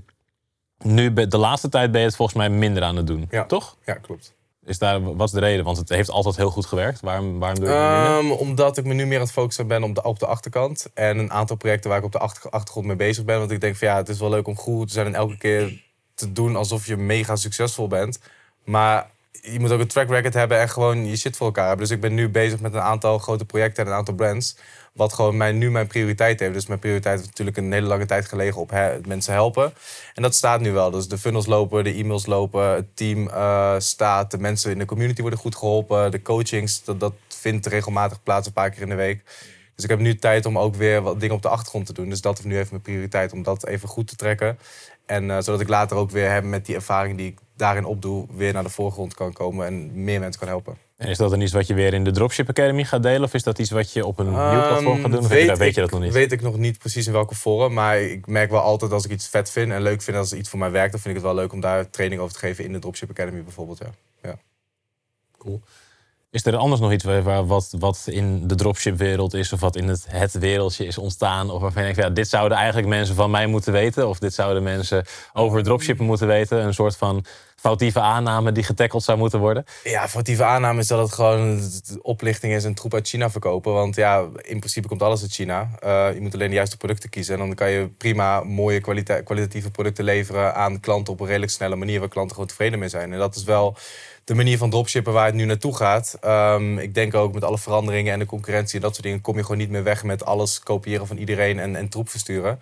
Nu, de laatste tijd ben je het volgens mij minder aan het doen, toch? Ja, klopt. Wat is de reden? Want het heeft altijd heel goed gewerkt. Waarom doe je het minder? Omdat ik me nu meer aan het focussen ben op de achterkant. En een aantal projecten waar ik op de achtergrond mee bezig ben. Want ik denk van het is wel leuk om goed te zijn en elke keer te doen alsof je mega succesvol bent. Maar je moet ook een track record hebben en gewoon je shit voor elkaar hebben. Dus ik ben nu bezig met een aantal grote projecten en een aantal brands. Wat gewoon mijn prioriteit heeft. Dus mijn prioriteit heeft natuurlijk een hele lange tijd gelegen op mensen helpen. En dat staat nu wel. Dus de funnels lopen, de e-mails lopen, het team staat. De mensen in de community worden goed geholpen. De coachings, dat vindt regelmatig plaats een paar keer in de week. Dus ik heb nu tijd om ook weer wat dingen op de achtergrond te doen. Dus dat is nu even mijn prioriteit om dat even goed te trekken. En zodat ik later ook weer met die ervaring die ik daarin opdoe... weer naar de voorgrond kan komen en meer mensen kan helpen. En is dat dan iets wat je weer in de Dropship Academy gaat delen? Of is dat iets wat je op een nieuw platform gaat doen? Of weet je dat nog niet? Weet ik nog niet precies in welke vorm. Maar ik merk wel altijd als ik iets vet vind en leuk vind... als iets voor mij werkt, dan vind ik het wel leuk om daar training over te geven... in de Dropship Academy bijvoorbeeld, ja. Cool. Is er anders nog iets wat in de dropship-wereld is... of wat in het wereldje is ontstaan... of waarvan je denkt, dit zouden eigenlijk mensen van mij moeten weten... of dit zouden mensen over dropshippen moeten weten? Een soort van foutieve aanname die getackeld zou moeten worden? Ja, foutieve aanname is dat het gewoon oplichting is... en troep uit China verkopen. Want in principe komt alles uit China. Je moet alleen de juiste producten kiezen... en dan kan je prima mooie kwalitatieve producten leveren... aan klanten op een redelijk snelle manier... waar klanten gewoon tevreden mee zijn. En dat is wel... de manier van dropshippen waar het nu naartoe gaat. Ik denk ook met alle veranderingen en de concurrentie en dat soort dingen... kom je gewoon niet meer weg met alles kopiëren van iedereen en troep versturen.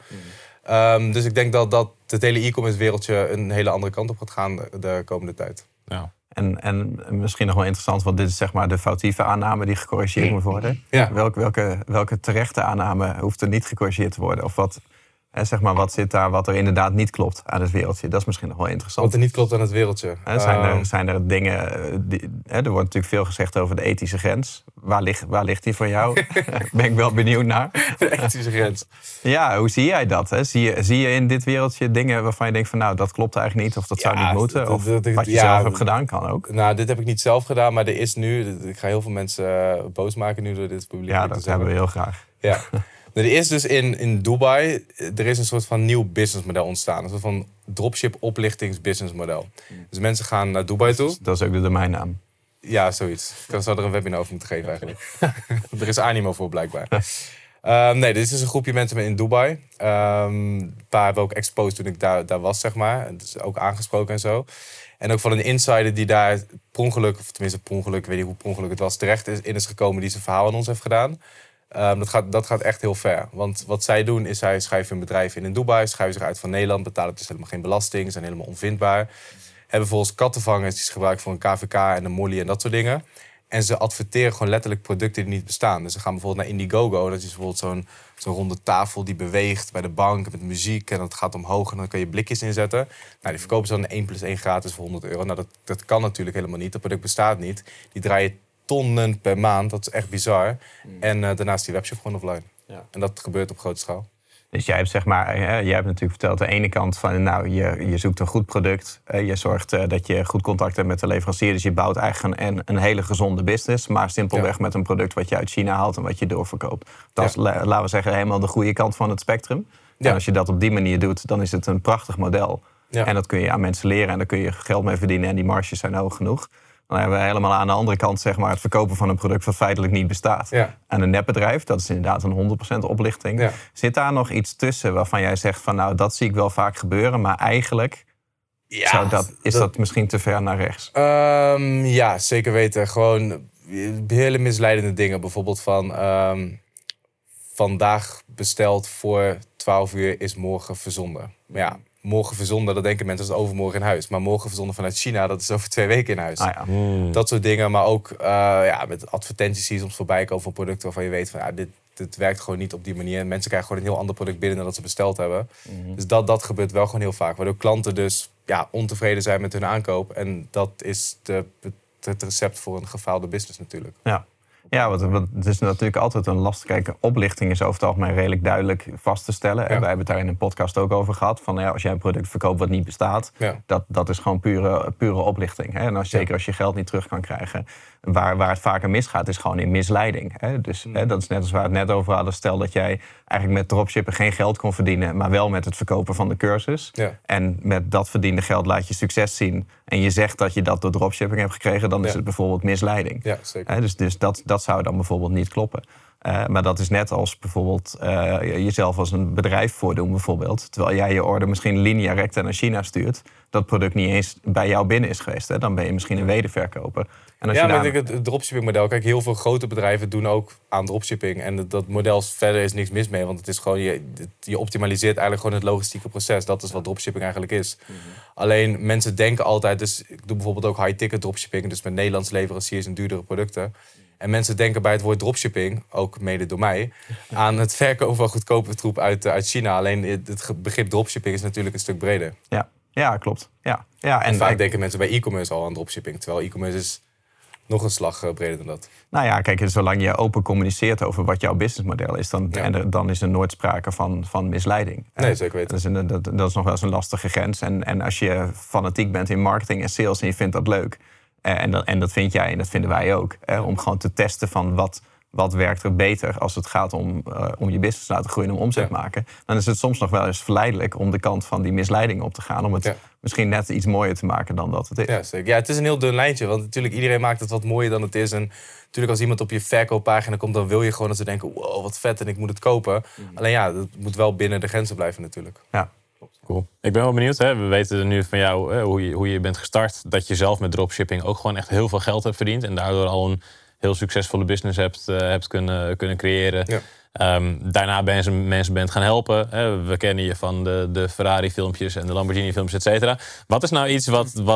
Dus ik denk dat het hele e-commerce wereldje een hele andere kant op gaat gaan de komende tijd. Ja. En misschien nog wel interessant, want dit is zeg maar de foutieve aanname die gecorrigeerd moet worden. Ja. Welke terechte aanname hoeft er niet gecorrigeerd te worden? Of wat zit daar wat er inderdaad niet klopt aan het wereldje? Dat is misschien nog wel interessant. Wat er niet klopt aan het wereldje? Zijn er dingen... er wordt natuurlijk veel gezegd over de ethische grens. Waar ligt die voor jou? Ben ik wel benieuwd naar. De ethische grens. Ja, hoe zie jij dat? Zie je in dit wereldje dingen waarvan je denkt van... dat klopt eigenlijk niet of dat zou niet moeten? Of wat je zelf hebt gedaan kan ook. Nou, dit heb ik niet zelf gedaan, maar er is nu... Ik ga heel veel mensen boos maken nu door dit publiek. Ja, dat hebben we heel graag. Ja. Er is dus in Dubai, er is een soort van nieuw businessmodel ontstaan. Een soort van dropship oplichtings-businessmodel. Dus mensen gaan naar Dubai toe. Dat is ook de domeinnaam. Ja, zoiets. Ik zou er een webinar over moeten geven eigenlijk. Er is animo voor blijkbaar. Nee, dit is een groepje mensen in Dubai. Een paar hebben ook exposed toen ik daar was, zeg maar. Dus ook aangesproken en zo. En ook van een insider die daar per ongeluk, of tenminste per ongeluk, ik weet niet hoe per ongeluk het was, terecht is gekomen die zijn verhaal aan ons heeft gedaan. Dat gaat echt heel ver. Want wat zij doen is, zij schrijven hun bedrijf in Dubai, schrijven zich uit van Nederland, betalen dus helemaal geen belasting, zijn helemaal onvindbaar. Hebben volgens kattenvangers die ze gebruiken voor een KVK en een molly en dat soort dingen. En ze adverteren gewoon letterlijk producten die niet bestaan. Dus ze gaan bijvoorbeeld naar Indiegogo. Dat is bijvoorbeeld zo'n ronde tafel die beweegt bij de bank met muziek. En dat gaat omhoog en dan kan je blikjes inzetten. Nou, die verkopen ze dan 1+1 gratis voor €100. Nou, dat kan natuurlijk helemaal niet. Dat product bestaat niet. Die draaien tonnen per maand. Dat is echt bizar. En daarnaast is die webshop gewoon offline. Ja. En dat gebeurt op grote schaal. Dus jij hebt jij hebt natuurlijk verteld aan de ene kant van je zoekt een goed product. Je zorgt dat je goed contact hebt met de leverancier. Dus je bouwt eigenlijk een hele gezonde business. Maar simpelweg met een product wat je uit China haalt en wat je doorverkoopt. Dat is, laten we zeggen, helemaal de goede kant van het spectrum. Ja. En als je dat op die manier doet, dan is het een prachtig model. Ja. En dat kun je aan mensen leren en daar kun je geld mee verdienen. En die marges zijn hoog genoeg. Dan hebben we helemaal aan de andere kant zeg maar, het verkopen van een product wat feitelijk niet bestaat. Ja. En een nepbedrijf, dat is inderdaad een 100% oplichting. Ja. Zit daar nog iets tussen waarvan jij zegt van nou, dat zie ik wel vaak gebeuren, maar eigenlijk is dat misschien te ver naar rechts? Ja, zeker weten. Gewoon hele misleidende dingen. Bijvoorbeeld van vandaag besteld voor 12 uur is morgen verzonden. Maar ja, morgen verzonden, dat denken mensen, dat is overmorgen in huis. Maar morgen verzonden vanuit China, dat is over 2 weken in huis. Dat soort dingen. Maar ook met advertenties die soms voorbij komen van producten waarvan je weet van dit werkt gewoon niet op die manier. En mensen krijgen gewoon een heel ander product binnen dan dat ze besteld hebben. Dus dat gebeurt wel gewoon heel vaak. Waardoor klanten dus ontevreden zijn met hun aankoop. En dat is het recept voor een gefaalde business natuurlijk. Ja, het is natuurlijk altijd een lastig. Kijk, oplichting is over het algemeen redelijk duidelijk vast te stellen. Ja. Wij hebben het daar in een podcast ook over gehad. Van als jij een product verkoopt wat niet bestaat, dat is gewoon pure oplichting. En zeker als je geld niet terug kan krijgen. Waar het vaker misgaat, is gewoon in misleiding. Dus dat is net als waar we het net over hadden. Stel dat jij eigenlijk met dropshippen geen geld kon verdienen, maar wel met het verkopen van de cursus. Ja. En met dat verdiende geld laat je succes zien. En je zegt dat je dat door dropshipping hebt gekregen, dan is het bijvoorbeeld misleiding. Ja, zeker. Dus dat zou dan bijvoorbeeld niet kloppen. Maar dat is net als bijvoorbeeld jezelf als een bedrijf voordoen bijvoorbeeld. Terwijl jij je order misschien linea recta naar China stuurt. Dat product niet eens bij jou binnen is geweest. Dan ben je misschien een wederverkoper. En als maar ik denk het dropshipping model. Kijk, heel veel grote bedrijven doen ook aan dropshipping. En dat model verder is niks mis mee. Want het is gewoon, je optimaliseert eigenlijk gewoon het logistieke proces. Dat is wat dropshipping eigenlijk is. Alleen mensen denken altijd, dus ik doe bijvoorbeeld ook high-ticket dropshipping. Dus met Nederlandse leveranciers en duurdere producten. En mensen denken bij het woord dropshipping, ook mede door mij, aan het verkopen van goedkope troep uit China. Alleen het begrip dropshipping is natuurlijk een stuk breder. Ja, klopt. Ja, en vaak denken mensen bij e-commerce al aan dropshipping. Terwijl e-commerce is nog een slag breder dan dat. Nou ja, kijk, zolang je open communiceert over wat jouw businessmodel is, dan is er nooit sprake van misleiding. Nee, zeker weten. Dat is nog wel eens een lastige grens. En als je fanatiek bent in marketing en sales en je vindt dat leuk, en dat vind jij en dat vinden wij ook, om gewoon te testen van wat werkt er beter als het gaat om je business laten groeien en om omzet maken. Dan is het soms nog wel eens verleidelijk om de kant van die misleiding op te gaan. Om het misschien net iets mooier te maken dan dat het is. Ja, zeker. Ja, het is een heel dun lijntje. Want natuurlijk iedereen maakt het wat mooier dan het is. En natuurlijk als iemand op je verkooppagina komt, dan wil je gewoon dat ze denken, wow, wat vet en ik moet het kopen. Alleen dat moet wel binnen de grenzen blijven natuurlijk. Ja. Cool. Ik ben wel benieuwd. We weten nu van jou hoe je bent gestart. Dat je zelf met dropshipping ook gewoon echt heel veel geld hebt verdiend. En daardoor al een heel succesvolle business hebt kunnen creëren. Ja. Daarna ben je mensen bent gaan helpen. We kennen je van de Ferrari-filmpjes en de Lamborghini-filmpjes, et cetera. Wat is nou iets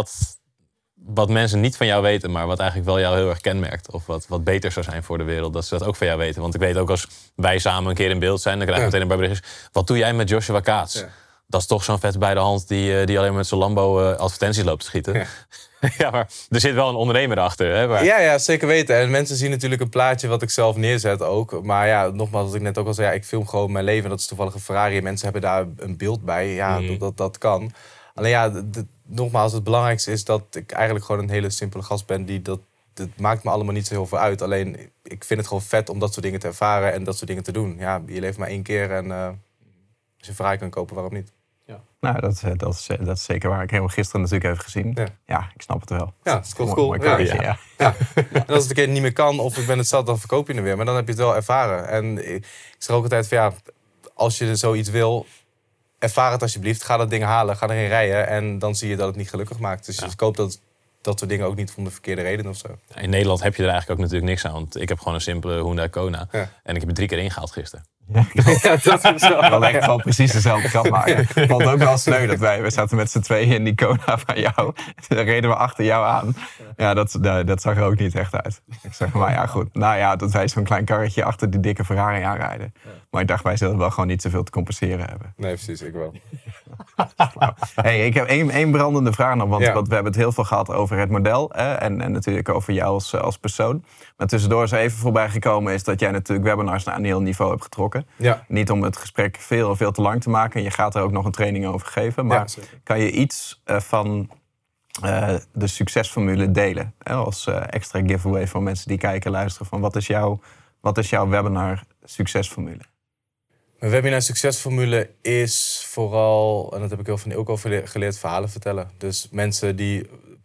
wat mensen niet van jou weten, maar wat eigenlijk wel jou heel erg kenmerkt? Of wat beter zou zijn voor de wereld, dat ze dat ook van jou weten? Want ik weet ook als wij samen een keer in beeld zijn, dan krijgen we meteen een paar berichtjes. Wat doe jij met Joshua Kaats? Ja. Dat is toch zo'n vet bij de hand die alleen maar met zijn Lambo advertenties loopt te schieten. Ja. Ja, maar er zit wel een ondernemer achter. Hè, maar... Ja, zeker weten. En mensen zien natuurlijk een plaatje wat ik zelf neerzet ook. Maar ja, nogmaals, wat ik net ook al zei, ik film gewoon mijn leven. En dat is toevallig een Ferrari. En mensen hebben daar een beeld bij. Ja, dat kan. Alleen nogmaals, het belangrijkste is dat ik eigenlijk gewoon een hele simpele gast ben. Dat maakt me allemaal niet zo heel veel uit. Alleen, ik vind het gewoon vet om dat soort dingen te ervaren en dat soort dingen te doen. Ja, je leeft maar 1 keer en als je een Ferrari kan kopen, waarom niet? Ja. Nou, dat is zeker waar. Ik heb hem gisteren natuurlijk even gezien. Ja, ik snap het wel. Ja, het is cool. Ja. En als het een keer niet meer kan of ik ben het zat, dan verkoop je hem weer. Maar dan heb je het wel ervaren. En ik zeg ook altijd van als je zoiets wil, ervaar het alsjeblieft. Ga dat ding halen, ga erin rijden. En dan zie je dat het niet gelukkig maakt. Dus ik hoop dat soort dingen ook niet om de verkeerde reden of zo. In Nederland heb je er eigenlijk ook natuurlijk niks aan. Want ik heb gewoon een simpele Hyundai Kona. Ja. En ik heb er 3 keer ingehaald gisteren. Ja, dat is wel echt gewoon precies dezelfde grap maken. Het vond ook wel sneu dat we zaten met z'n tweeën in die Kona van jou. Daar reden we achter jou aan. Ja, dat zag er ook niet echt uit. Ik zeg, maar ja, goed. Nou ja, dat wij zo'n klein karretje achter die dikke Ferrari aanrijden. Maar ik dacht, wij zullen wel gewoon niet zoveel te compenseren hebben. Nee, precies, ik wel. Hey, ik heb één brandende vraag nog. Want we hebben het heel veel gehad over het model. En natuurlijk over jou als persoon. Maar tussendoor is even voorbij gekomen is dat jij natuurlijk webinars naar een heel niveau hebt getrokken. Ja. Niet om het gesprek veel te lang te maken. Je gaat er ook nog een training over geven. Maar kan je iets van de succesformule delen? Als extra giveaway voor mensen die kijken en luisteren. Van wat is jouw webinar succesformule? Mijn webinar succesformule is vooral, en dat heb ik heel van ook al geleerd, verhalen vertellen. Dus mensen die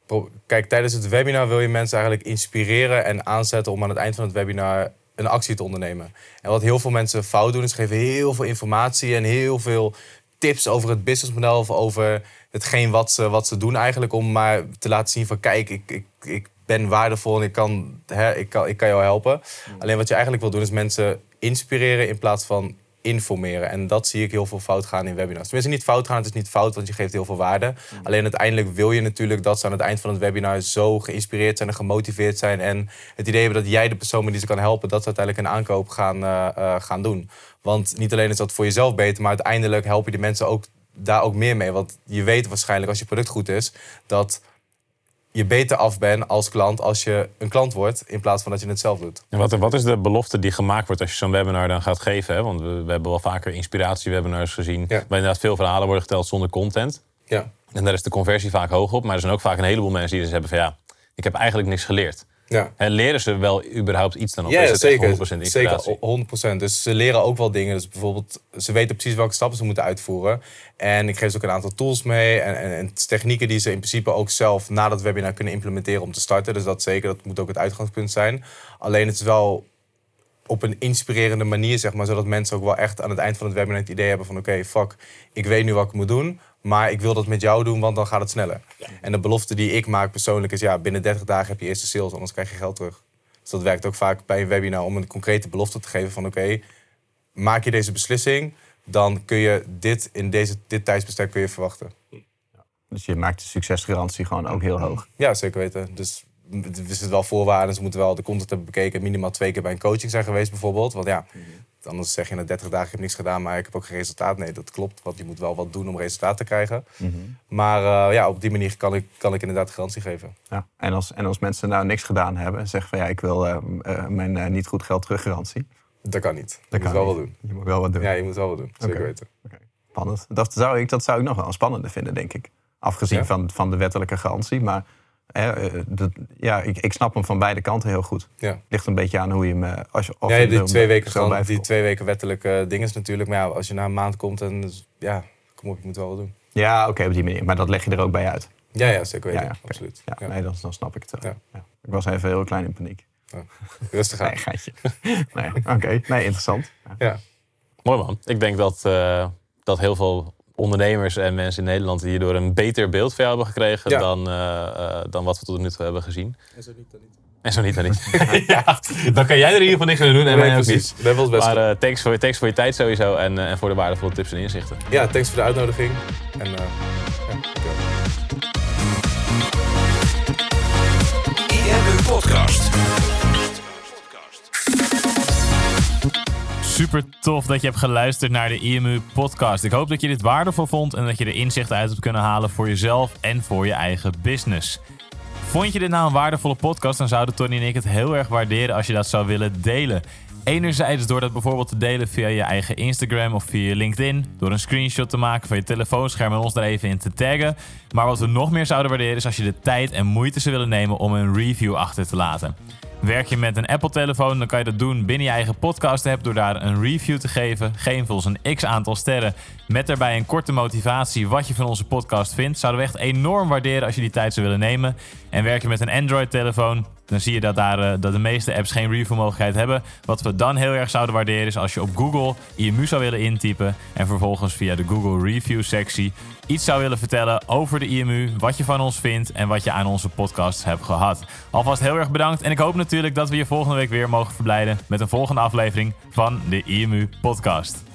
Kijk, tijdens het webinar wil je mensen eigenlijk inspireren en aanzetten om aan het eind van het webinar een actie te ondernemen. En wat heel veel mensen fout doen, is geven heel veel informatie en heel veel tips over het businessmodel of over hetgeen wat ze doen eigenlijk, om maar te laten zien van kijk, ik ben waardevol en ik kan jou helpen. Alleen wat je eigenlijk wil doen is mensen inspireren in plaats van informeren. En dat zie ik heel veel fout gaan in webinars. Tenminste, niet fout gaan, het is niet fout, want je geeft heel veel waarde. Alleen uiteindelijk wil je natuurlijk dat ze aan het eind van het webinar zo geïnspireerd zijn en gemotiveerd zijn en het idee hebben dat jij de persoon bent die ze kan helpen, dat ze uiteindelijk een aankoop gaan doen. Want niet alleen is dat voor jezelf beter, maar uiteindelijk help je die mensen daar ook meer mee. Want je weet waarschijnlijk, als je product goed is, dat je beter af bent als klant als je een klant wordt, in plaats van dat je het zelf doet. En wat is de belofte die gemaakt wordt als je zo'n webinar dan gaat geven? Hè? Want we hebben wel vaker inspiratiewebinars gezien, waar inderdaad veel verhalen worden geteld zonder content. Ja. En daar is de conversie vaak hoog op. Maar er zijn ook vaak een heleboel mensen die dus hebben van ik heb eigenlijk niks geleerd. Ja. En leren ze wel überhaupt iets dan? Of Ja, is het zeker. echt 100% inspiratie? Zeker, 100%. Dus ze leren ook wel dingen. Dus bijvoorbeeld, ze weten precies welke stappen ze moeten uitvoeren. En ik geef ze ook een aantal tools mee en technieken die ze in principe ook zelf na dat webinar kunnen implementeren om te starten. Dus dat zeker, dat moet ook het uitgangspunt zijn. Alleen het is wel op een inspirerende manier, zeg maar, zodat mensen ook wel echt aan het eind van het webinar het idee hebben van oké, ik weet nu wat ik moet doen, maar ik wil dat met jou doen, want dan gaat het sneller. Ja. En de belofte die ik maak persoonlijk is, binnen 30 dagen heb je eerste sales, anders krijg je geld terug. Dus dat werkt ook vaak bij een webinar om een concrete belofte te geven van oké, maak je deze beslissing, dan kun je dit in dit tijdsbestek kun je verwachten. Dus je maakt de succesgarantie gewoon ook heel hoog. Ja, zeker weten. Dus er zitten wel voorwaarden. Ze moeten wel de content hebben bekeken. Minimaal 2 keer bij een coaching zijn geweest bijvoorbeeld. Want anders zeg je na 30 dagen, ik heb niks gedaan, maar ik heb ook geen resultaat. Nee, dat klopt. Want je moet wel wat doen om resultaat te krijgen. Maar op die manier kan ik inderdaad garantie geven. Ja. En als mensen nou niks gedaan hebben en zeggen van ik wil mijn niet goed geld teruggarantie. Dat kan niet. Je moet wel wat doen. Je moet wel wat doen. Ja, je moet wel wat doen. Zeker weten. Okay. Spannend. Dat zou ik nog wel een spannende vinden, denk ik. Afgezien van de wettelijke garantie. Maar ik snap hem van beide kanten heel goed. Ja. Ligt een beetje aan hoe je hem... die 2 weken wettelijke ding is natuurlijk. Maar als je na een maand komt en kom op, je moet wel wat doen. Ja, oké, op die manier. Maar dat leg je er ook bij uit. Ja, zeker weten. Okay. Absoluut. Ja, nee, dan snap ik het wel. Ja. Ja. Ik was even heel klein in paniek. Ja. Rustig aan. Nee, geitje. Oké. Nee, interessant. Ja. Mooi man. Ik denk dat heel veel ondernemers en mensen in Nederland hierdoor een beter beeld van jou hebben gekregen dan wat we tot nu toe hebben gezien. En zo niet, dan niet. En zo niet, dan niet. Dan kan jij er in ieder geval niks aan doen en mij ook niet. Dat was best. Maar thanks voor je tijd sowieso en voor de waardevolle tips en inzichten. Ja, thanks voor de uitnodiging. En IMU Podcast. Super tof dat je hebt geluisterd naar de IMU Podcast. Ik hoop dat je dit waardevol vond en dat je er inzichten uit hebt kunnen halen voor jezelf en voor je eigen business. Vond je dit nou een waardevolle podcast, dan zouden Tony en ik het heel erg waarderen als je dat zou willen delen. Enerzijds door dat bijvoorbeeld te delen via je eigen Instagram of via je LinkedIn. Door een screenshot te maken van je telefoonscherm en ons er even in te taggen. Maar wat we nog meer zouden waarderen is als je de tijd en moeite zou willen nemen om een review achter te laten. Werk je met een Apple-telefoon, dan kan je dat doen binnen je eigen podcast-app door daar een review te geven. Geef ons een x-aantal sterren met daarbij een korte motivatie wat je van onze podcast vindt. Zouden we echt enorm waarderen als je die tijd zou willen nemen. En werk je met een Android-telefoon, dan zie je dat de meeste apps geen review-mogelijkheid hebben. Wat we dan heel erg zouden waarderen is als je op Google IMU zou willen intypen en vervolgens via de Google Review-sectie iets zou willen vertellen over de IMU, wat je van ons vindt en wat je aan onze podcast hebt gehad. Alvast heel erg bedankt en ik hoop natuurlijk dat we je volgende week weer mogen verblijden met een volgende aflevering van de IMU Podcast.